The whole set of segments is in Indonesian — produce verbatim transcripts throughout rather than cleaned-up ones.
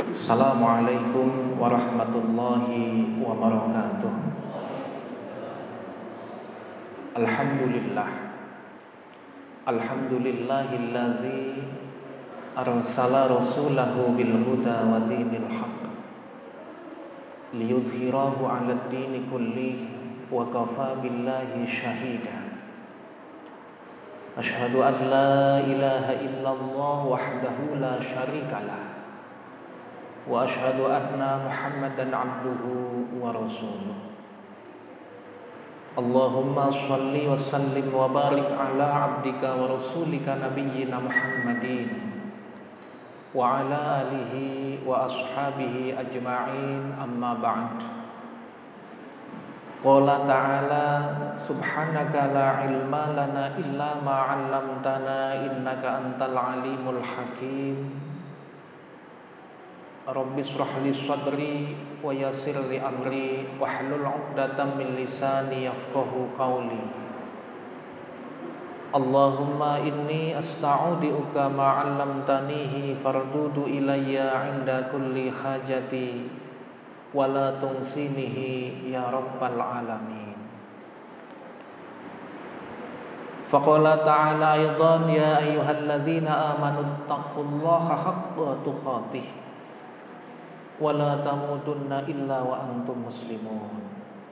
Assalamualaikum warahmatullahi wabarakatuh. Alhamdulillah. Alhamdulillahilladzi arsala rasulahu bil huda wa dinil haqq liyudhhirahu 'alad dini kullihi wa kafa billahi shahida. Asyhadu an la ilaha illallah wahdahu la syarikalah wa asyhadu anna Muhammadan abduhu wa rasuluh. Allahumma shalli wa sallim wa barik ala abdika wa rasulika nabiyyina Muhammadin wa ala alihi wa ashabihi ajma'in, amma ba'd. Qala ta'ala subhanaka la ilma lana illa ma 'allamtana innaka antal alimul hakim. Rabbi shrah li sadri wa yassir li amri wahlul 'uqdatam min lisani yafqahu qawli. Allahumma inni asta'udiuka ma 'allamtanihi fardudu ilayya 'inda kulli hajati wa la tunsinihi ya rabbal alamin. Faqala ta'ala aidan ya ayyuhalladzina amanu taqullaha haqqa tuqatih wala tamutunna illa wa antum muslimun.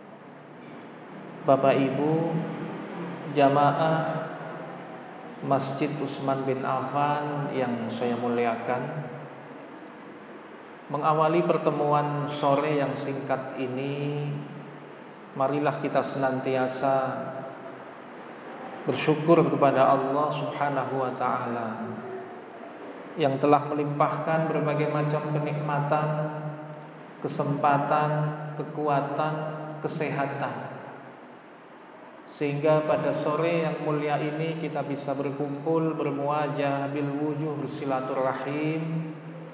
Bapak Ibu jamaah Masjid Utsman bin Affan yang saya muliakan, mengawali pertemuan sore yang singkat ini, marilah kita senantiasa bersyukur kepada Allah Subhanahu wa ta'ala yang telah melimpahkan berbagai macam kenikmatan, kesempatan, kekuatan, kesehatan, sehingga pada sore yang mulia ini kita bisa berkumpul, bermuajah bil wujuh, bersilaturahim,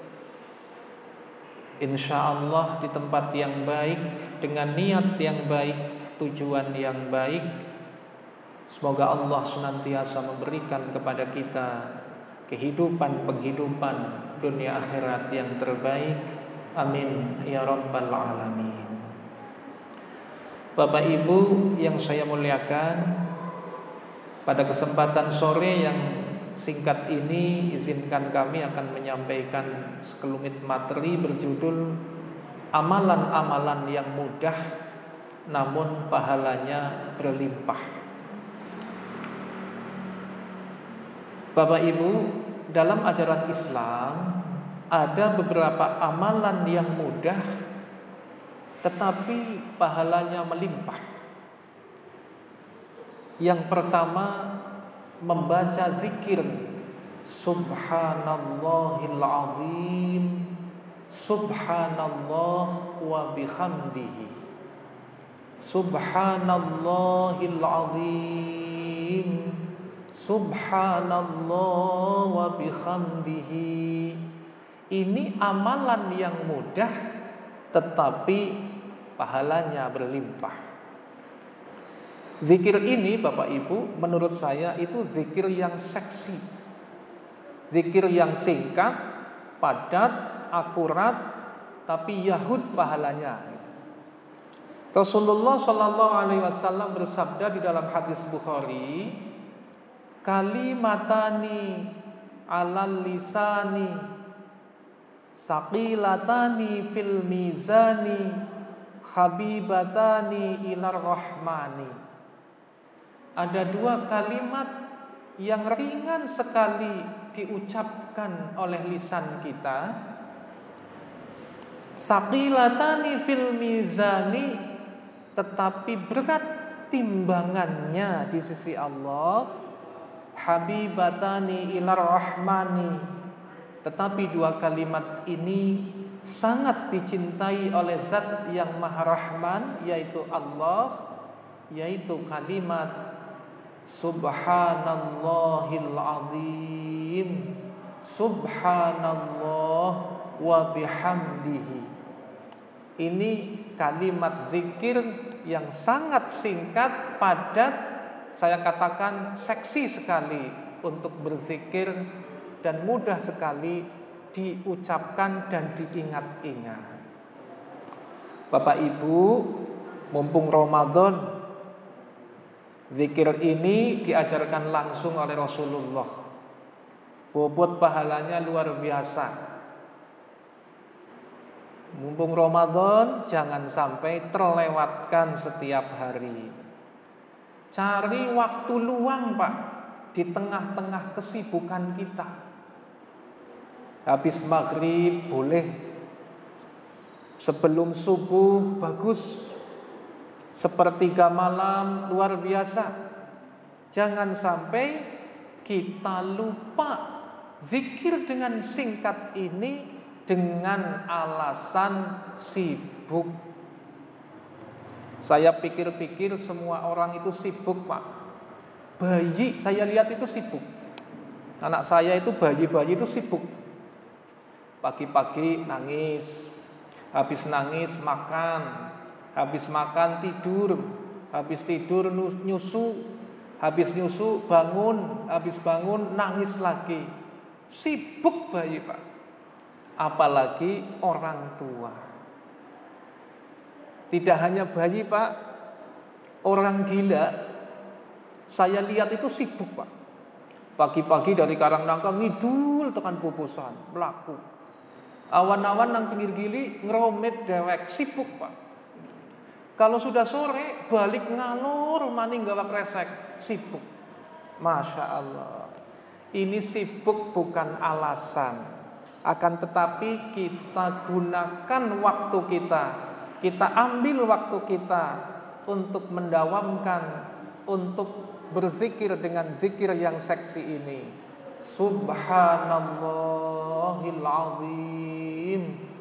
insyaallah di tempat yang baik, dengan niat yang baik, tujuan yang baik. Semoga Allah senantiasa memberikan kepada kita kehidupan penghidupan dunia akhirat yang terbaik. Amin ya rabbal alamin. Bapak Ibu yang saya muliakan, pada kesempatan sore yang singkat ini izinkan kami akan menyampaikan sekelumit materi berjudul amalan-amalan yang mudah namun pahalanya berlimpah. Bapak Ibu, dalam ajaran Islam ada beberapa amalan yang mudah tetapi pahalanya melimpah. Yang pertama, membaca zikir subhanallahil azim, subhanallah wa bihamdihi, subhanallahil azim, subhanallah wa bihamdihi. Ini amalan yang mudah tetapi pahalanya berlimpah. Zikir ini Bapak Ibu menurut saya itu zikir yang seksi, zikir yang singkat, padat, akurat, tapi yahud pahalanya. Rasulullah Shallallahu Alaihi Wasallam bersabda di dalam hadis Bukhari, kalimatani alal lisani saqilatani fil mizani habibatani ilar rahmani. Ada dua kalimat yang ringan sekali diucapkan oleh lisan kita, saqilatani fil mizani, tetapi berat timbangannya di sisi Allah, habibatani ilar rahmani, tetapi dua kalimat ini sangat dicintai oleh Zat yang Maha Rahman, yaitu Allah, yaitu kalimat subhanallahil azim, subhanallah wa bihamdihi. Ini kalimat zikir yang sangat singkat, padat, saya katakan seksi sekali untuk berzikir dan mudah sekali diucapkan dan diingat-ingat. Bapak Ibu, mumpung Ramadan, zikir ini diajarkan langsung oleh Rasulullah. Bobot pahalanya luar biasa. Mumpung Ramadan, jangan sampai terlewatkan setiap hari. Cari waktu luang, Pak, di tengah-tengah kesibukan kita. Habis maghrib boleh, sebelum subuh bagus, sepertiga malam luar biasa. Jangan sampai kita lupa zikir dengan singkat ini dengan alasan sibuk. Saya pikir-pikir semua orang itu sibuk, Pak. Bayi saya lihat itu sibuk. Anak saya itu bayi-bayi itu sibuk. Pagi-pagi nangis, habis nangis makan, habis makan tidur, habis tidur nyusu, habis nyusu bangun, habis bangun nangis lagi. Sibuk bayi, Pak. Apalagi orang tua. Tidak hanya bayi, Pak, orang gila saya lihat itu sibuk, Pak. Pagi-pagi dari Karangnangka ngidul tekan Pupusan, melaku. Awan-awan nang pinggir gili ngeromit dewek, sibuk, Pak. Kalau sudah sore balik ngalor maning gawa kresek, sibuk. Masya Allah. Ini sibuk bukan alasan. Akan tetapi kita gunakan waktu kita, kita ambil waktu kita untuk mendawamkan, untuk berzikir dengan zikir yang seksi ini. Subhanallahil azim,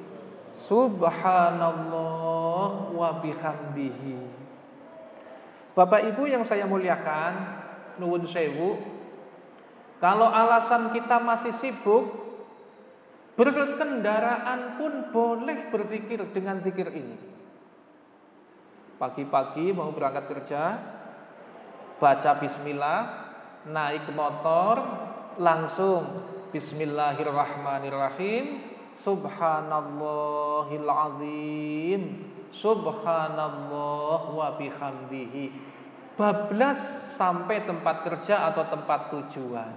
subhanallah wa bihamdihi. Bapak Ibu yang saya muliakan, nuwun sewu, kalau alasan kita masih sibuk, berkendaraan pun boleh berzikir dengan zikir ini. Pagi-pagi mau berangkat kerja, baca bismillah, naik motor, langsung bismillahirrahmanirrahim, subhanallahil azim, subhanallah wa bihamdihi. Bablas sampai tempat kerja atau tempat tujuan.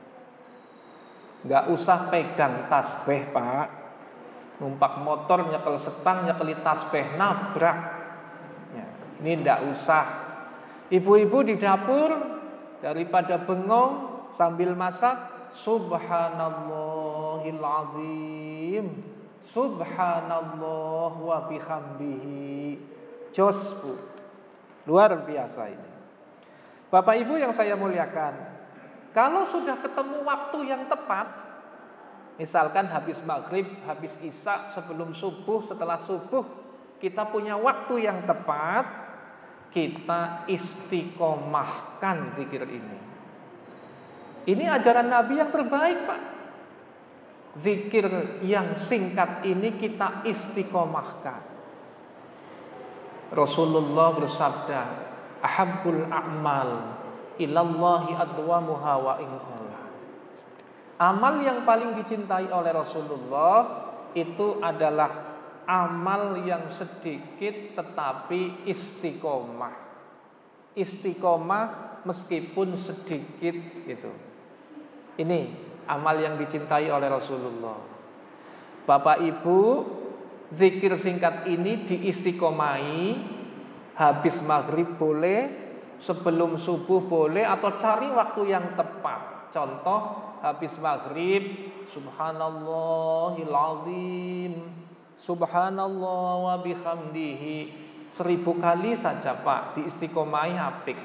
Gak usah pegang tasbih, Pak. Numpak motor nyekel setang, nyekeli tasbih, nabrak ya, ini gak usah. Ibu-ibu di dapur, daripada bengong sambil masak, subhanallahil azim, subhanallah wa bihamdihi. Jos, Bu. Luar biasa ini. Bapak Ibu yang saya muliakan, kalau sudah ketemu waktu yang tepat, misalkan habis maghrib, habis isya, sebelum subuh, setelah subuh, kita punya waktu yang tepat, kita istiqomahkan zikir ini. Ini ajaran Nabi yang terbaik, Pak. Zikir yang singkat ini kita istiqomahkan. Rasulullah bersabda, ahabbul a'mal ilallahi adwamuha wa inqala. Amal yang paling dicintai oleh Rasulullah itu adalah amal yang sedikit tetapi istiqomah. Istiqomah meskipun sedikit gitu. Ini amal yang dicintai oleh Rasulullah. Bapak Ibu, zikir singkat ini diistiqomahi. Habis maghrib boleh, sebelum subuh boleh, atau cari waktu yang tepat. Contoh, habis maghrib, subhanallahil azim, subhanallah wa bihamdihi, seribu kali saja, Pak, diistiqomahi apik.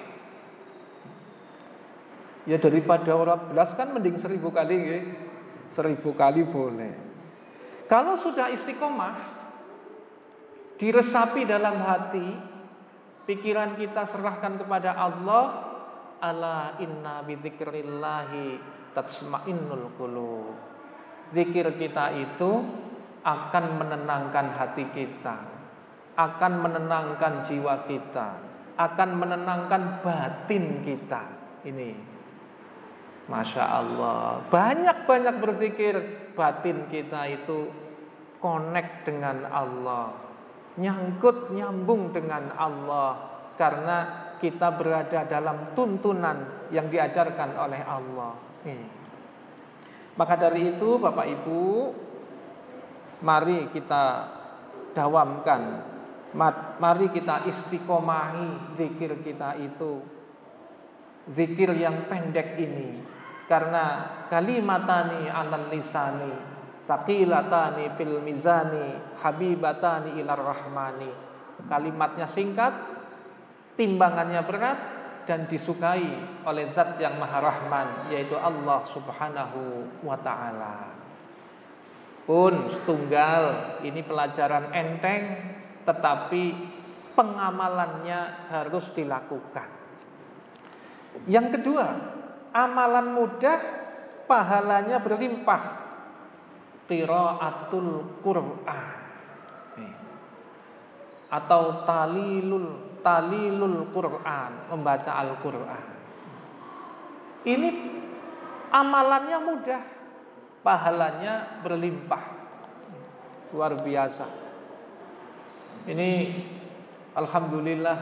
Ya daripada orang belas kan mending seribu kali, ya. Seribu kali boleh. Kalau sudah istiqomah, diresapi dalam hati, pikiran kita serahkan kepada Allah, ala inna bidzikrillahi tatsmainnul qulub. Zikir kita itu akan menenangkan hati kita, akan menenangkan jiwa kita, akan menenangkan batin kita. Ini Masya Allah, banyak-banyak berzikir, batin kita itu connect dengan Allah, nyangkut nyambung dengan Allah, karena kita berada dalam tuntunan yang diajarkan oleh Allah. Ini. Maka dari itu Bapak Ibu, mari kita dawamkan, mari kita istiqomahi zikir kita itu, zikir yang pendek ini, karena kalimatani alal lisani, saqilatani fil mizani, habibatani ilar rahmani. Kalimatnya singkat, timbangannya berat, dan disukai oleh Zat yang Maha Rahman, yaitu Allah Subhanahu wa ta'ala. Pun setunggal, ini pelajaran enteng, tetapi pengamalannya harus dilakukan. Yang kedua, amalan mudah, pahalanya berlimpah, qiraatul Qur'an atau talilul talilul Qur'an, membaca Al-Qur'an. Ini amalannya mudah, pahalanya berlimpah, luar biasa. Ini alhamdulillah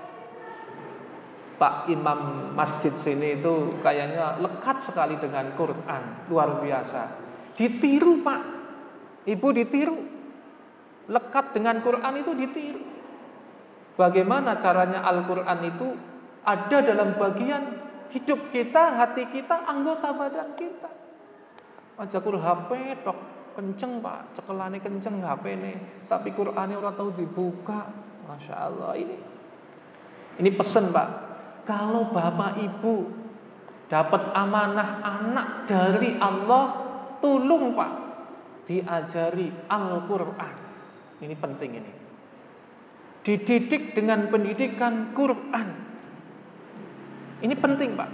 Pak Imam masjid sini itu kayaknya lekat sekali dengan Quran, luar biasa. Ditiru Pak, Ibu ditiru, lekat dengan Quran itu ditiru. Bagaimana caranya Al-Quran itu ada dalam bagian hidup kita, hati kita, anggota badan kita. Ajakul H P tok kenceng Pak, cekelane kenceng H P ini, tapi Qur'ane ora tahu dibuka. Masya Allah, ini ini pesan Pak. Kalau Bapak Ibu dapat amanah anak dari Allah, tolong Pak diajari Al-Quran. Ini penting ini. Dididik dengan pendidikan Quran. Ini penting Pak.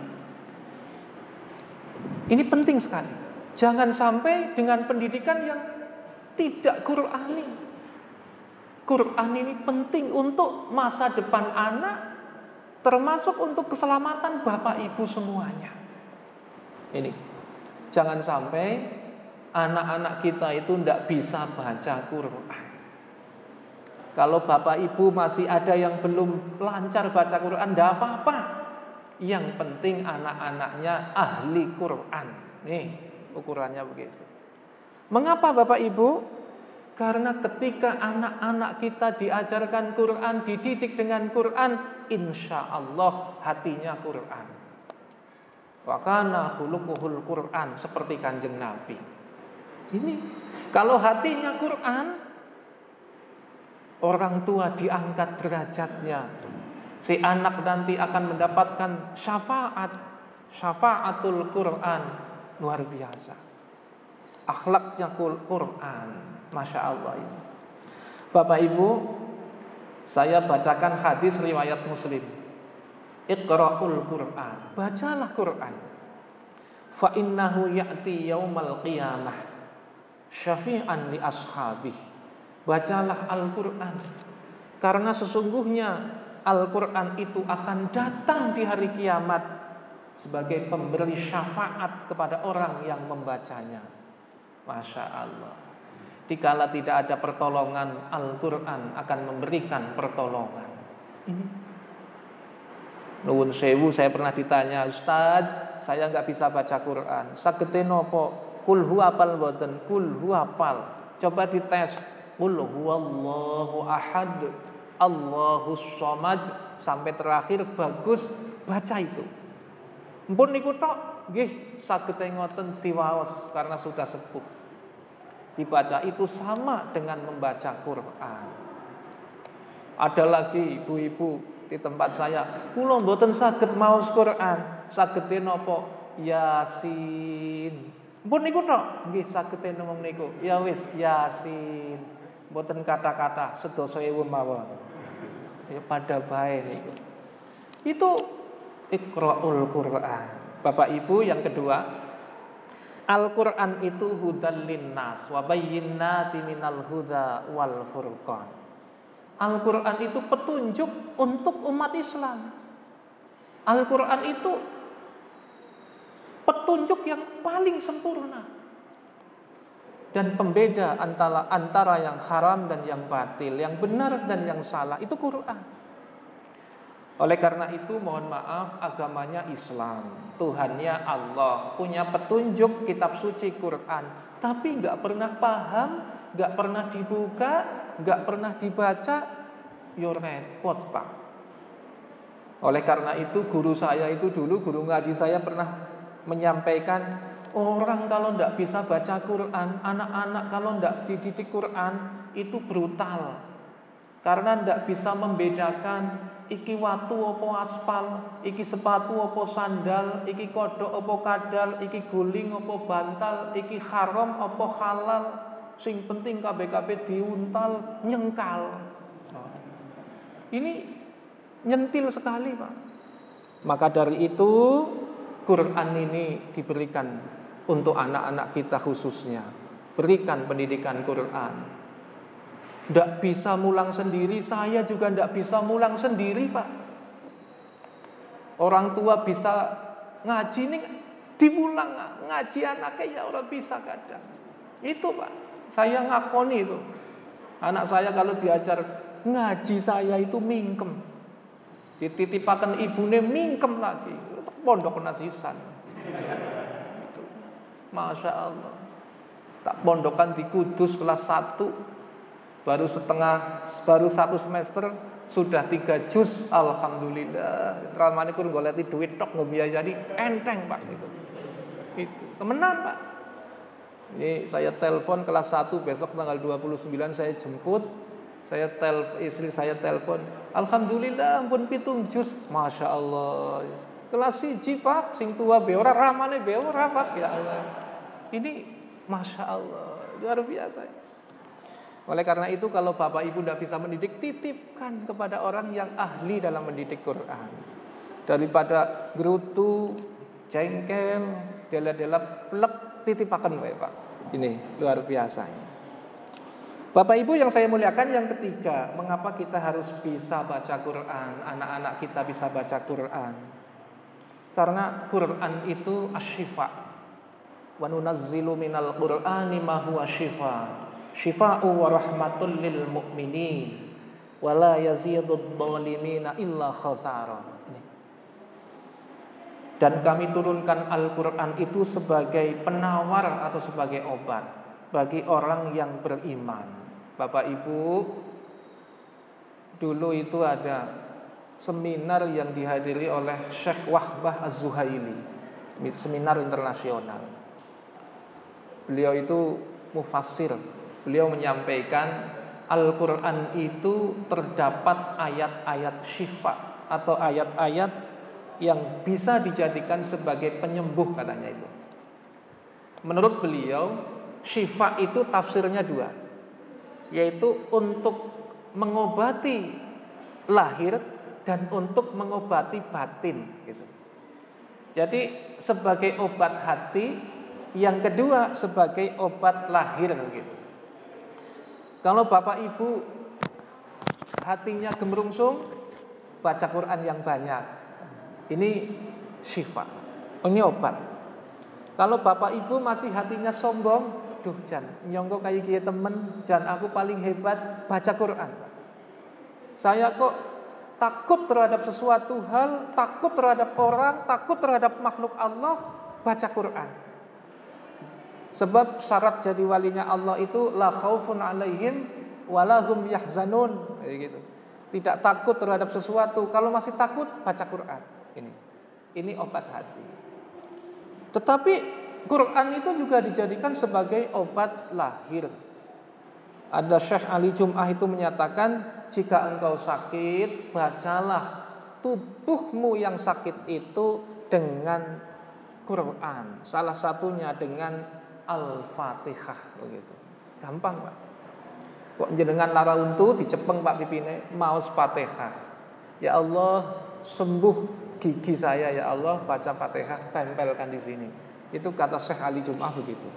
Ini penting sekali. Jangan sampai dengan pendidikan yang tidak Qur'ani. Quran ini penting untuk masa depan anak, termasuk untuk keselamatan Bapak Ibu semuanya. Ini, jangan sampai anak-anak kita itu tidak bisa baca Quran. Kalau Bapak Ibu masih ada yang belum lancar baca Quran, tidak apa-apa. Yang penting anak-anaknya ahli Quran. Nih, ukurannya begitu. Mengapa Bapak Ibu? Karena ketika anak-anak kita diajarkan Quran, dididik dengan Quran, insya Allah hatinya Quran. Wa kana khuluquhul Quran, seperti Kanjeng Nabi. Ini kalau hatinya Quran, orang tua diangkat derajatnya. Si anak nanti akan mendapatkan syafaat, syafaatul Quran, luar biasa. Akhlaknya Quran, masya Allah ini. Bapak Ibu, saya bacakan hadis riwayat Muslim. Iqra'ul Quran, bacalah Quran. Fa innahu ya'ti yaumal qiyamah syafi'an li ashabih. Bacalah Al-Quran, karena sesungguhnya Al-Quran itu akan datang di hari kiamat sebagai pemberi syafaat kepada orang yang membacanya. Masya Allah. Dikala tidak ada pertolongan, Al-Quran akan memberikan pertolongan. Ini nuwun sewu, saya pernah ditanya, Ustaz, saya nggak bisa baca Quran. Sagete nopo? Kul hu apal boten? Kul hu apal. Coba dites. Qul huwallahu ahad, Allahus somad, sampai terakhir bagus, baca itu. Mpun niku tok nggih saged ngoten diwaos karena sudah sepuh. Dibaca itu sama dengan membaca Quran. Ada lagi ibu-ibu di tempat saya, kula mboten saged maos Quran, sagede napa? Yasin. Mpun niku tok nggih saged nemung niku. Ya wis Yasin. Mboten kata-kata sedasa ewu mawon. Ya pada bae niku. Itu Iqra'ul Quran. Bapak Ibu, yang kedua, Al-Quran itu hudan linnas wa bayyinati minal huda wal furqan. Al-Quran itu petunjuk untuk umat Islam. Al-Quran itu petunjuk yang paling sempurna. dan pembeda antara antara yang haram dan yang batil, yang benar dan yang salah itu Quran. Oleh karena itu mohon maaf, agamanya Islam, Tuhannya Allah, punya petunjuk kitab suci Quran, tapi nggak pernah paham, nggak pernah dibuka, nggak pernah dibaca, yo repot Pak. Oleh karena itu guru saya itu dulu, guru ngaji saya pernah menyampaikan, orang kalau tidak bisa baca Quran, anak-anak kalau tidak dididik Quran itu brutal. Karena tidak bisa membedakan iki watu opo aspal, iki sepatu opo sandal, iki kodok opo kadal, iki guling opo bantal, iki haram opo halal. Sing penting kabeh-kabeh diuntal, nyengkal. Ini nyentil sekali Pak. Maka dari itu Quran ini diberikan untuk anak-anak kita khususnya. Berikan pendidikan Quran. Tidak bisa mulang sendiri, saya juga tidak bisa mulang sendiri Pak. Orang tua bisa ngaji nih, dimulang ngaji anaknya ya orang bisa kadang. Itu Pak, saya ngakoni itu. Anak saya kalau diajar ngaji saya itu mingkem. Dititipakan ibune mingkem lagi. Pondok nasisan. Masya Allah. Tak pondokan di Kudus kelas satu, baru setengah, baru satu semester sudah tiga juz, alhamdulillah. Ramane kur goleti duit tok ngebiayani enteng Pak gitu. Itu temenan Pak. Ini saya telepon kelas satu, besok tanggal dua puluh sembilan saya jemput. Saya telepon istri saya telepon, alhamdulillah ampun pitung juz, masya Allah. Kelas siji Pak, sing tua be ora, ramane be ora Pak, ya Allah. Ini masya Allah, luar biasa. Oleh karena itu kalau bapak ibu tidak bisa mendidik, titipkan kepada orang yang ahli dalam mendidik Quran. Daripada gerutu, jengkel, dela-dela plek, titipakan Pak. Ini luar biasa. Bapak ibu yang saya muliakan, yang ketiga, mengapa kita harus bisa baca Quran, anak-anak kita bisa baca Quran? Karena Quran itu asy-syifa. Wa nunazzilu minal Qur'ani ma huwa syifa. Syifa'u wa rahmatul lil mu'minin wa la yazidud dhalimina illa khasara. Dan kami turunkan Al-Qur'an itu sebagai penawar atau sebagai obat bagi orang yang beriman. Bapak Ibu, dulu itu ada seminar yang dihadiri oleh Syekh Wahbah Az-Zuhaili, seminar internasional. Beliau itu mufassir. Beliau menyampaikan Al-Quran itu terdapat ayat-ayat syifa atau ayat-ayat yang bisa dijadikan sebagai penyembuh, katanya itu. Menurut beliau, syifa itu tafsirnya dua, yaitu untuk mengobati lahir dan untuk mengobati batin gitu. Jadi sebagai obat hati, yang kedua sebagai obat lahir gitu. Kalau bapak ibu hatinya gemerungsung, baca Quran yang banyak. Ini syifa, ini obat. Kalau bapak ibu masih hatinya sombong, duh jan nyongko kayak gini temen, jan aku paling hebat, baca Quran. Saya kok takut terhadap sesuatu hal, takut terhadap orang, takut terhadap makhluk Allah, baca Quran. Sebab syarat jadi walinya Allah itu la khaufun alaihim walahum yahzanun, kayak gitu. Tidak takut terhadap sesuatu. Kalau masih takut, baca Quran. Ini, ini obat hati. Tetapi Quran itu juga dijadikan sebagai obat lahir. Ada Syekh Ali Jum'ah itu menyatakan, jika engkau sakit, bacalah tubuhmu yang sakit itu dengan Quran. Salah satunya dengan Al-Fatihah, begitu. Gampang Pak. Kok jenengan lara untu dicepeng Pak pipine maos Fatihah. Ya Allah, sembuh gigi saya ya Allah, baca Fatihah, tempelkan di sini. Itu kata Syekh Ali Jum'ah begitu.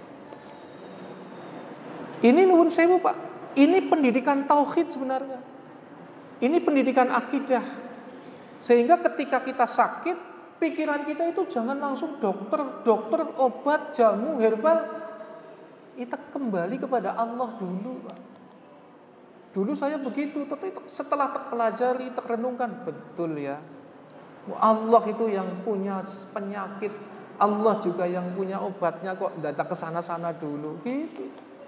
Ini nuwun sewu Pak. Ini pendidikan tauhid sebenarnya. Ini pendidikan akidah. Sehingga ketika kita sakit, pikiran kita itu jangan langsung dokter, dokter, obat, jamu, herbal. Kita kembali kepada Allah dulu, Pak. Dulu saya begitu, tapi setelah terpelajari, terrenungkan, betul ya. Allah itu yang punya penyakit, Allah juga yang punya obatnya, kok datang ke sana-sana dulu gitu.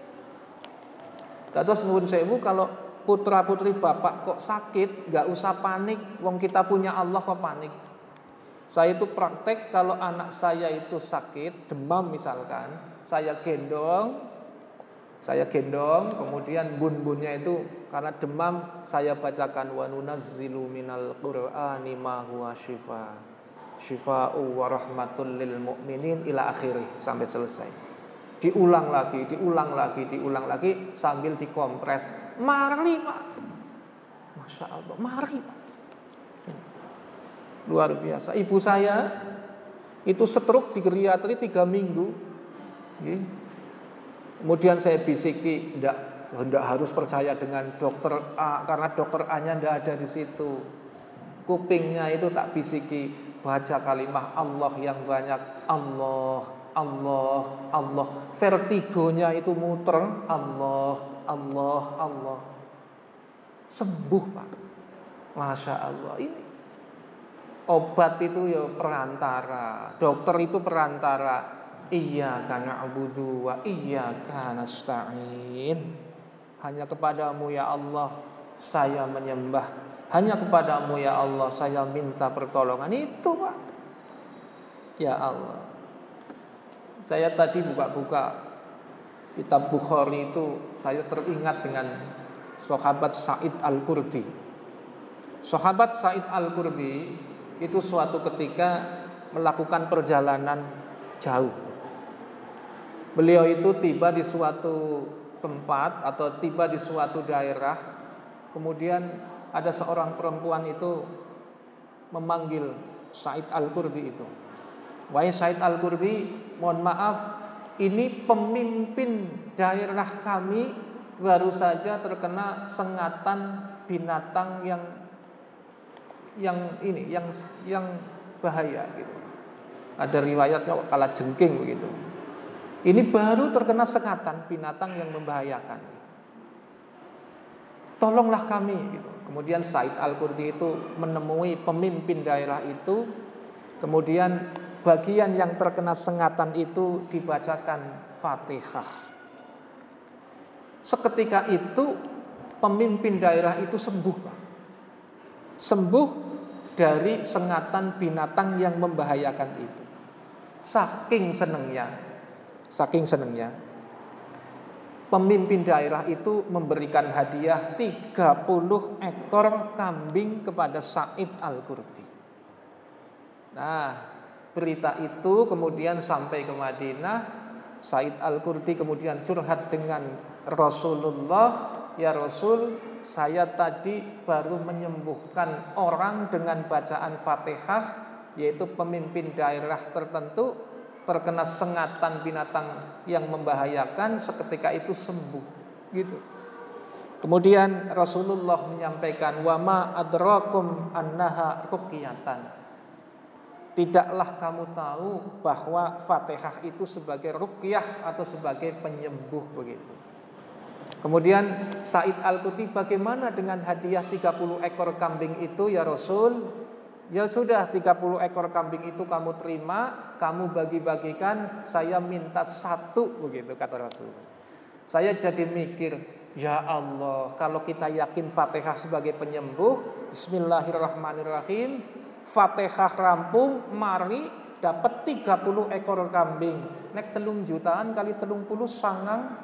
Terus nuwun sewu, kalau putra-putri bapak kok sakit, gak usah panik, wong kita punya Allah kok panik. Saya itu praktek kalau anak saya itu sakit, demam misalkan, saya gendong, saya gendong, kemudian bun-bunnya itu karena demam, saya bacakan wa nunazzilu minal qur'ani ma huwa syifa, syifa'u wa rahmatul lil mu'minin ila akhirih, sampai selesai. Diulang lagi, diulang lagi, diulang lagi sambil dikompres. Mari Pak, Masya Allah, mari Pak. Luar biasa. Ibu saya itu stroke di geriatri tiga minggu. Kemudian saya bisiki, tidak, tidak harus percaya dengan dokter A, karena dokter A-nya tidak ada di situ. Kupingnya itu tak bisiki, baca kalimah Allah yang banyak. Allah, Allah, Allah. Vertigonya itu muter, Allah, Allah, Allah. Sembuh Pak. Masya Allah. Ini obat itu ya perantara, dokter itu perantara. Iyyaka na'budu wa iyyaka nasta'in. Hanya kepadamu ya Allah saya menyembah, hanya kepadamu ya Allah saya minta pertolongan. Itu Pak. Ya Allah. Saya tadi buka-buka kitab Bukhari itu, saya teringat dengan sahabat Sa'id Al-Qurdi. Sahabat Sa'id Al-Qurdi itu suatu ketika melakukan perjalanan jauh. Beliau itu tiba di suatu tempat atau tiba di suatu daerah. Kemudian ada seorang perempuan itu memanggil Sa'id Al-Qurdi itu. Wahai Sa'id Al-Qurdi, mohon maaf, ini pemimpin daerah kami baru saja terkena sengatan binatang yang yang ini yang yang bahaya gitu. Ada riwayatnya kala jengking begitu. Ini baru terkena sengatan binatang yang membahayakan. Tolonglah kami gitu. Kemudian Sa'id Al-Qurdi itu menemui pemimpin daerah itu. Kemudian bagian yang terkena sengatan itu dibacakan Fatihah. Seketika itu pemimpin daerah itu sembuh, Pak. Sembuh dari sengatan binatang yang membahayakan itu. Saking senengnya, saking senengnya, pemimpin daerah itu memberikan hadiah tiga puluh ekor kambing kepada Sa'id Al-Qurdi. Nah, berita itu kemudian sampai ke Madinah. Sa'id Al-Qurdi kemudian curhat dengan Rasulullah, ya Rasul, saya tadi baru menyembuhkan orang dengan bacaan Fatihah, yaitu pemimpin daerah tertentu terkena sengatan binatang yang membahayakan, seketika itu sembuh gitu. Kemudian Rasulullah menyampaikan, wa ma adrakum annaha ruqyatan. Tidaklah kamu tahu bahwa Fatihah itu sebagai ruqyah atau sebagai penyembuh begitu. Kemudian Sa'id Al-Qurdi, bagaimana dengan hadiah tiga puluh ekor kambing itu ya Rasul? Ya sudah, tiga puluh ekor kambing itu kamu terima, kamu bagi-bagikan, saya minta satu begitu kata Rasul. Saya jadi mikir, ya Allah, kalau kita yakin Fatihah sebagai penyembuh, bismillahirrahmanirrahim, Fatihah rampung, mari dapat tiga puluh ekor kambing. Nek telung jutaan kali telung puluh sangang.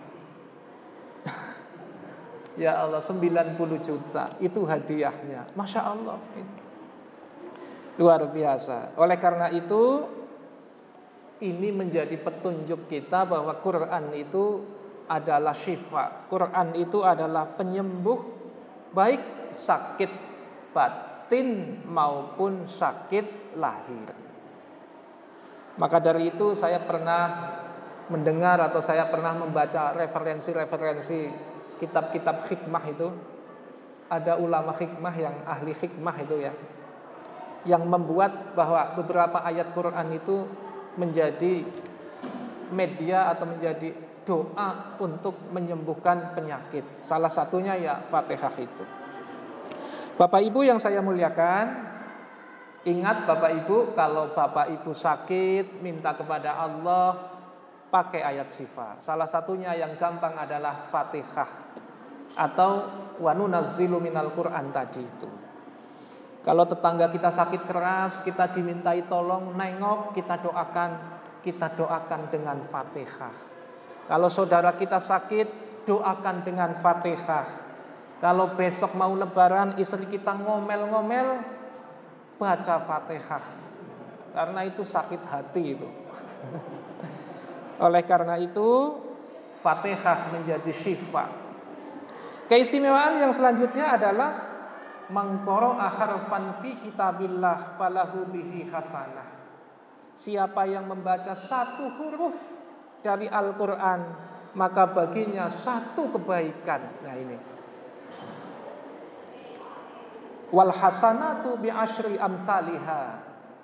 Ya Allah, sembilan puluh juta itu hadiahnya. Masya Allah, luar biasa. Oleh karena itu, ini menjadi petunjuk kita bahwa Quran itu adalah syifa. Quran itu adalah penyembuh, baik sakit batin maupun sakit lahir. Maka dari itu saya pernah mendengar atau saya pernah membaca referensi-referensi kitab-kitab hikmah itu. Ada ulama hikmah yang ahli hikmah itu ya, yang membuat bahwa beberapa ayat Quran itu menjadi media atau menjadi doa untuk menyembuhkan penyakit. Salah satunya ya Fatihah itu. Bapak Ibu yang saya muliakan, ingat Bapak Ibu, kalau Bapak Ibu sakit minta kepada Allah pakai ayat syifa. Salah satunya yang gampang adalah Fatihah atau wa nunazzilu minal Qur'an tadi itu. Kalau tetangga kita sakit keras, kita dimintai tolong nengok, kita doakan, kita doakan dengan Fatihah. Kalau saudara kita sakit, doakan dengan Fatihah. Kalau besok mau lebaran, istri kita ngomel-ngomel, baca Fatihah. Karena itu sakit hati itu. Oleh karena itu, Fatihah menjadi syifa. Keistimewaan yang selanjutnya adalah mangqara'a harfan fi kitabillah falahu bihi hasanah. Siapa yang membaca satu huruf dari Al-Qur'an, maka baginya satu kebaikan. Nah ini. Wal hasanatu bi asyri amsalihha.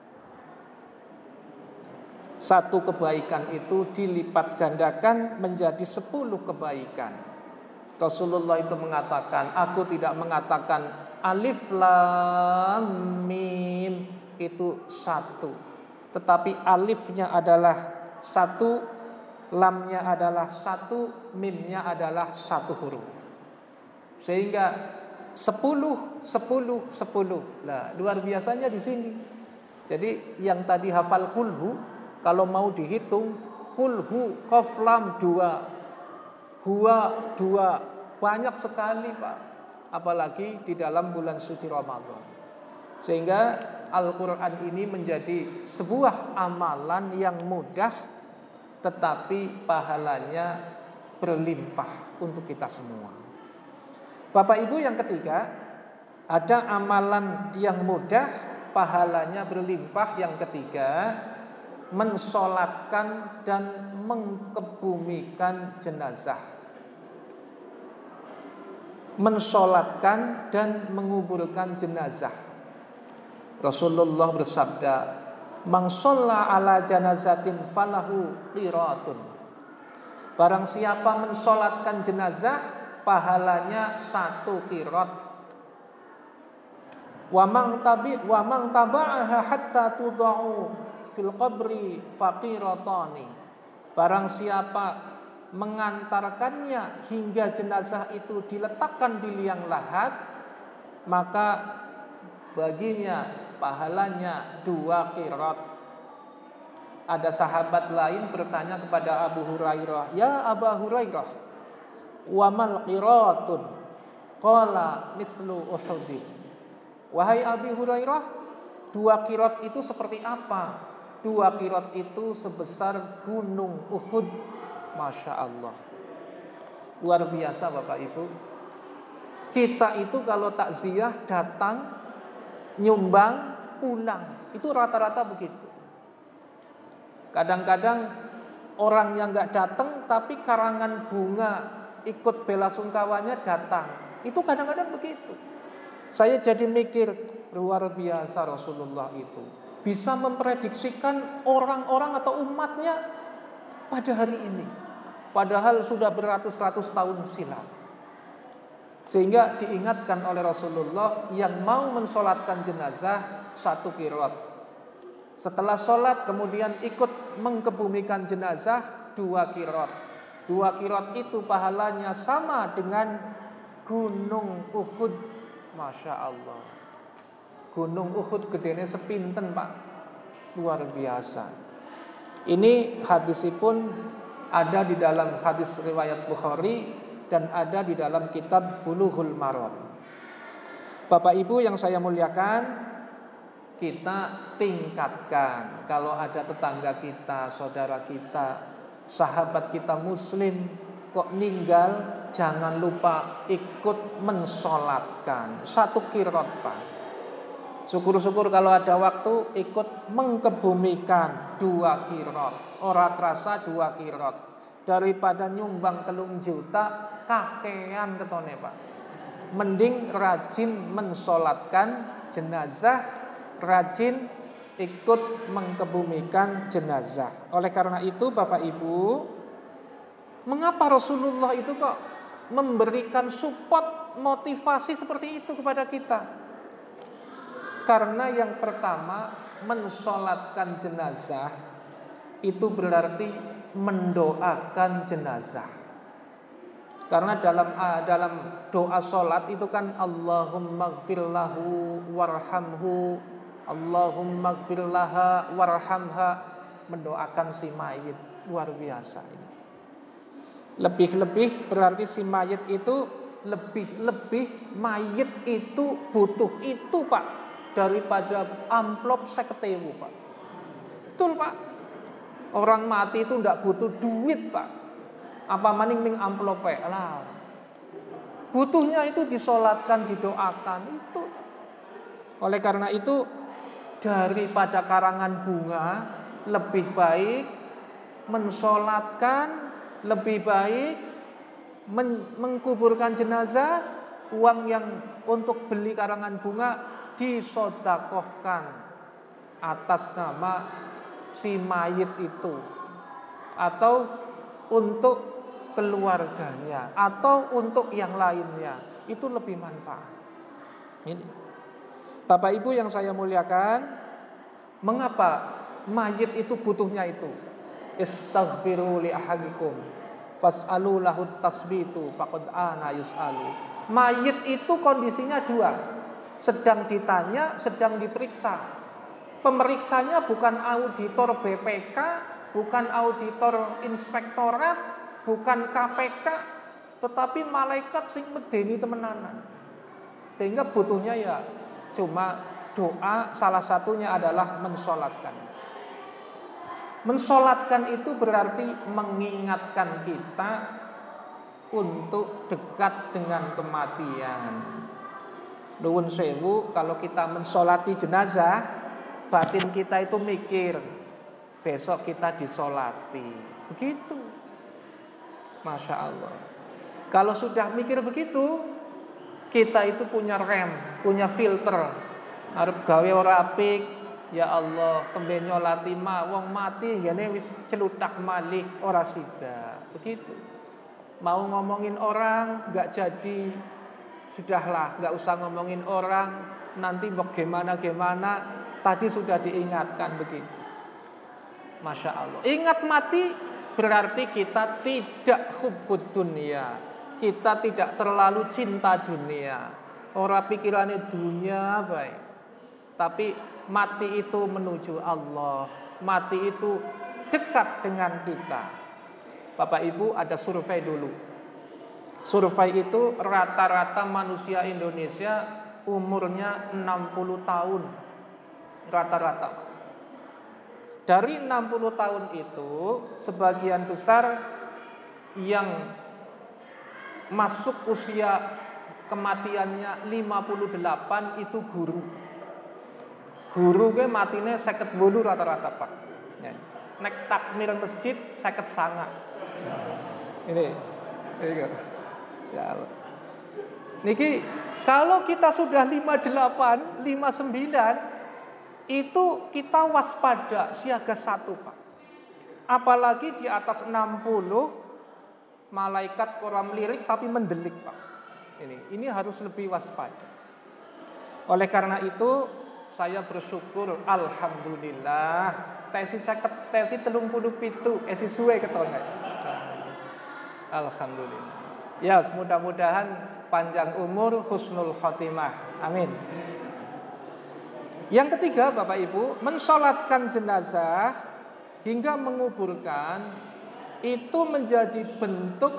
Satu kebaikan itu dilipat gandakan menjadi sepuluh kebaikan. Rasulullah itu mengatakan, aku tidak mengatakan alif lam mim itu satu, tetapi alifnya adalah satu, lamnya adalah satu, mimnya adalah satu huruf. Sehingga sepuluh, sepuluh, sepuluh. Nah, luar biasanya di sini. Jadi yang tadi hafal kulhu, kalau mau dihitung, kulhu qaf lam dua, huwa dua, banyak sekali Pak. Apalagi di dalam bulan suci Ramadan. Sehingga Al-Quran ini menjadi sebuah amalan yang mudah, tetapi pahalanya berlimpah untuk kita semua. Bapak Ibu yang ketiga, ada amalan yang mudah, pahalanya berlimpah. Yang ketiga, mensolatkan dan mengkebumikan jenazah. Mensolatkan dan menguburkan jenazah. Rasulullah bersabda, "Man shalla ala janazatin falahu qiratun." Barang siapa mensolatkan jenazah, pahalanya satu qirat. Wa man tabi wa man taba'aha hatta tudau fil qabri faqiratani. Barang siapa mengantarkannya hingga jenazah itu diletakkan di liang lahat, maka baginya pahalanya dua qirat. Ada sahabat lain bertanya kepada Abu Hurairah, "Ya Abu Hurairah, wa mal qiratun?" Qala mithlu Uhud. Wahai Abu Hurairah, dua qirat itu seperti apa? Dua qirat itu sebesar gunung Uhud. Masya Allah. Luar biasa Bapak Ibu. Kita itu kalau takziah datang, nyumbang, pulang. Itu rata-rata begitu. Kadang-kadang orang yang gak datang tapi karangan bunga ikut bela sungkawanya datang. Itu kadang-kadang begitu. Saya jadi mikir, luar biasa Rasulullah itu. Bisa memprediksikan orang-orang atau umatnya pada hari ini. Padahal sudah beratus-ratus tahun silam. Sehingga diingatkan oleh Rasulullah, yang mau mensolatkan jenazah satu qirat. Setelah solat kemudian ikut mengkebumikan jenazah dua qirat. Dua qirat itu pahalanya sama dengan gunung Uhud. Masya Allah. Gunung Uhud gedenya sepinten Pak. Luar biasa. Ini hadisipun ada di dalam hadis riwayat Bukhari dan ada di dalam kitab Bulughul Maram. Bapak Ibu yang saya muliakan, kita tingkatkan. Kalau ada tetangga kita, saudara kita, sahabat kita muslim kok ninggal, jangan lupa ikut mensolatkan satu qirat Pak. Syukur-syukur kalau ada waktu ikut mengkebumikan dua qirat. Ora kerasa dua qirat. Daripada nyumbang telung juta, kakean ketone Pak. Mending rajin mensolatkan jenazah, rajin ikut mengkebumikan jenazah. Oleh karena itu Bapak Ibu, Mengapa Rasulullah itu kok memberikan support, motivasi seperti itu kepada kita? Karena yang pertama, mensolatkan jenazah itu berarti mendoakan jenazah. Karena dalam dalam doa solat itu kan Allahumma gfir lahu warhamhu, Allahumma gfir laha warhamha, mendoakan si mayit. Luar biasa ini. Lebih-lebih berarti si mayit itu lebih-lebih mayit itu butuh itu Pak daripada amplop seketewu Pak. Betul Pak. Orang mati itu tidak butuh duit Pak. Apa maning ming amplop lah. Butuhnya itu disolatkan, didoakan itu. Oleh karena itu daripada karangan bunga lebih baik mensolatkan, lebih baik men- mengkuburkan jenazah, uang yang untuk beli karangan bunga disodakohkan atas nama si mayit itu, atau untuk keluarganya, atau untuk yang lainnya. Itu lebih manfaat. Ini Bapak Ibu yang saya muliakan, mengapa mayit itu butuhnya itu? Istaghfiru li ahadikum fas'alu lahu tasbitu faqad ana yus'alu. Mayit itu kondisinya dua, sedang ditanya, sedang diperiksa. Pemeriksanya bukan auditor B P K, bukan auditor inspektorat, bukan K P K, tetapi malaikat sing medeni temenanan. Sehingga butuhnya ya cuma doa, salah satunya adalah mensolatkan. Mensolatkan itu berarti mengingatkan kita untuk dekat dengan kematian. Nuwun sewu, kalau kita mensolati jenazah, batin kita itu mikir besok kita disolati. Begitu. Masya Allah. Kalau sudah mikir begitu, kita itu punya rem, punya filter. Arep gawe ora apik, ya Allah, tembe nyolati ma wong mati ngene wis celutak malih ora sida. Begitu. Mau ngomongin orang enggak jadi, sudahlah, enggak usah ngomongin orang, nanti bagaimana-gimana, tadi sudah diingatkan begitu. Masya Allah. Ingat mati berarti kita tidak hubbud dunia, kita tidak terlalu cinta dunia. Ora pikirannya dunia baik, tapi mati itu menuju Allah, mati itu dekat dengan kita. Bapak Ibu, ada survei dulu. Survei itu rata-rata manusia Indonesia umurnya enam puluh tahun. Rata-rata. Dari enam puluh tahun itu, sebagian besar yang masuk usia kematiannya lima puluh delapan itu guru. Guru ke matine seket wolu rata-rata Pak. Ya. Nek takmir masjid seket sanga. Ini, ini ya Allah. Niki kalau kita sudah lima puluh delapan, lima puluh sembilan itu kita waspada siaga satu Pak. Apalagi di atas enam puluh malaikat koram lirik tapi mendelik Pak. Ini, ini harus lebih waspada. Oleh karena itu saya bersyukur, alhamdulillah, tesi seket, tesi telung puluh pitu, esi suwe ketone. Alhamdulillah. Ya, mudah-mudahan panjang umur, husnul khotimah. Amin. Yang ketiga, Bapak Ibu, mensolatkan jenazah hingga menguburkan itu menjadi bentuk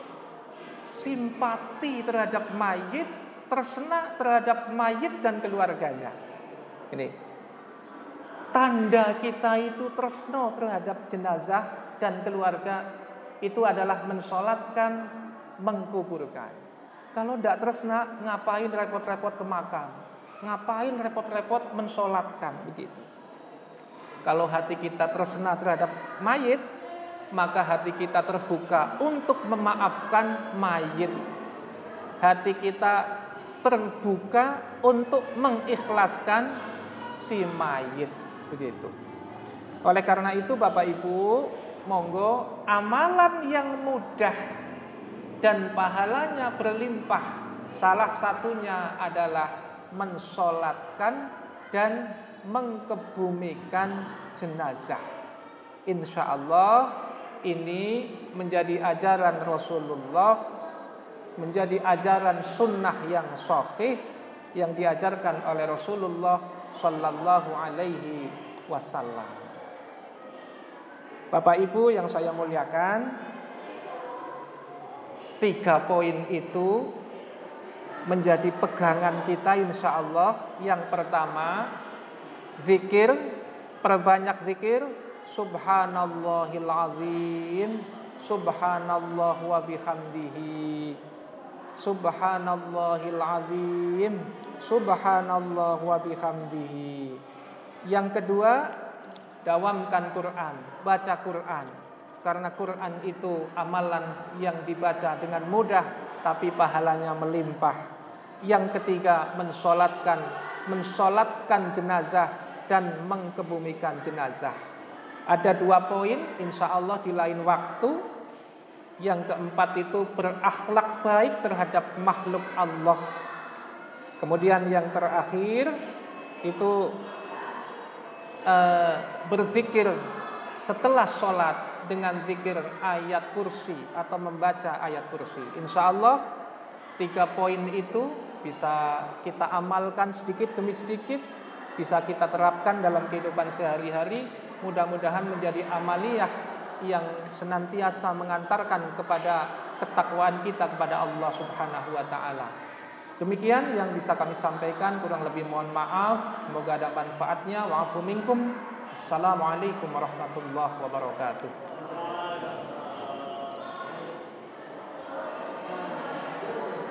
simpati terhadap mayit, tersena terhadap mayit dan keluarganya. Ini tanda kita itu tresno terhadap jenazah dan keluarga itu adalah mensolatkan, mengkuburkan. Kalau tidak tresna, ngapain repot-repot ke makam? Ngapain repot-repot mensolatkan begitu? Kalau hati kita tresna terhadap mayit, maka hati kita terbuka untuk memaafkan mayit. Hati kita terbuka untuk mengikhlaskan si mayit begitu. Oleh karena itu Bapak Ibu, monggo amalan yang mudah dan pahalanya berlimpah, salah satunya adalah mensolatkan dan mengkebumikan jenazah. Insya Allah ini menjadi ajaran Rasulullah, menjadi ajaran sunnah yang sahih yang diajarkan oleh Rasulullah Sallallahu Alaihi Wasallam. Bapak Ibu yang saya muliakan, tiga poin itu menjadi pegangan kita insya Allah. Yang pertama, zikir, perbanyak zikir. Subhanallahil azim, subhanallah wa bihamdihi, subhanallahil azim, subhanallah wa bihamdihi. Yang kedua, dawamkan Quran, baca Quran. Karena Quran itu amalan yang dibaca dengan mudah tapi pahalanya melimpah. Yang ketiga, mensolatkan, mensolatkan jenazah dan mengkebumikan jenazah. Ada dua poin insya Allah di lain waktu. Yang keempat itu berakhlak baik terhadap makhluk Allah. Kemudian yang terakhir itu uh, berzikir setelah sholat dengan zikir ayat kursi atau membaca ayat kursi. Insya Allah tiga poin itu bisa kita amalkan sedikit demi sedikit, bisa kita terapkan dalam kehidupan sehari-hari. Mudah-mudahan menjadi amaliyah yang senantiasa mengantarkan kepada ketakwaan kita kepada Allah Subhanahu wa taala. Demikian yang bisa kami sampaikan, kurang lebih mohon maaf. Semoga ada manfaatnya. Wa'afu minkum. Assalamualaikum warahmatullahi wabarakatuh.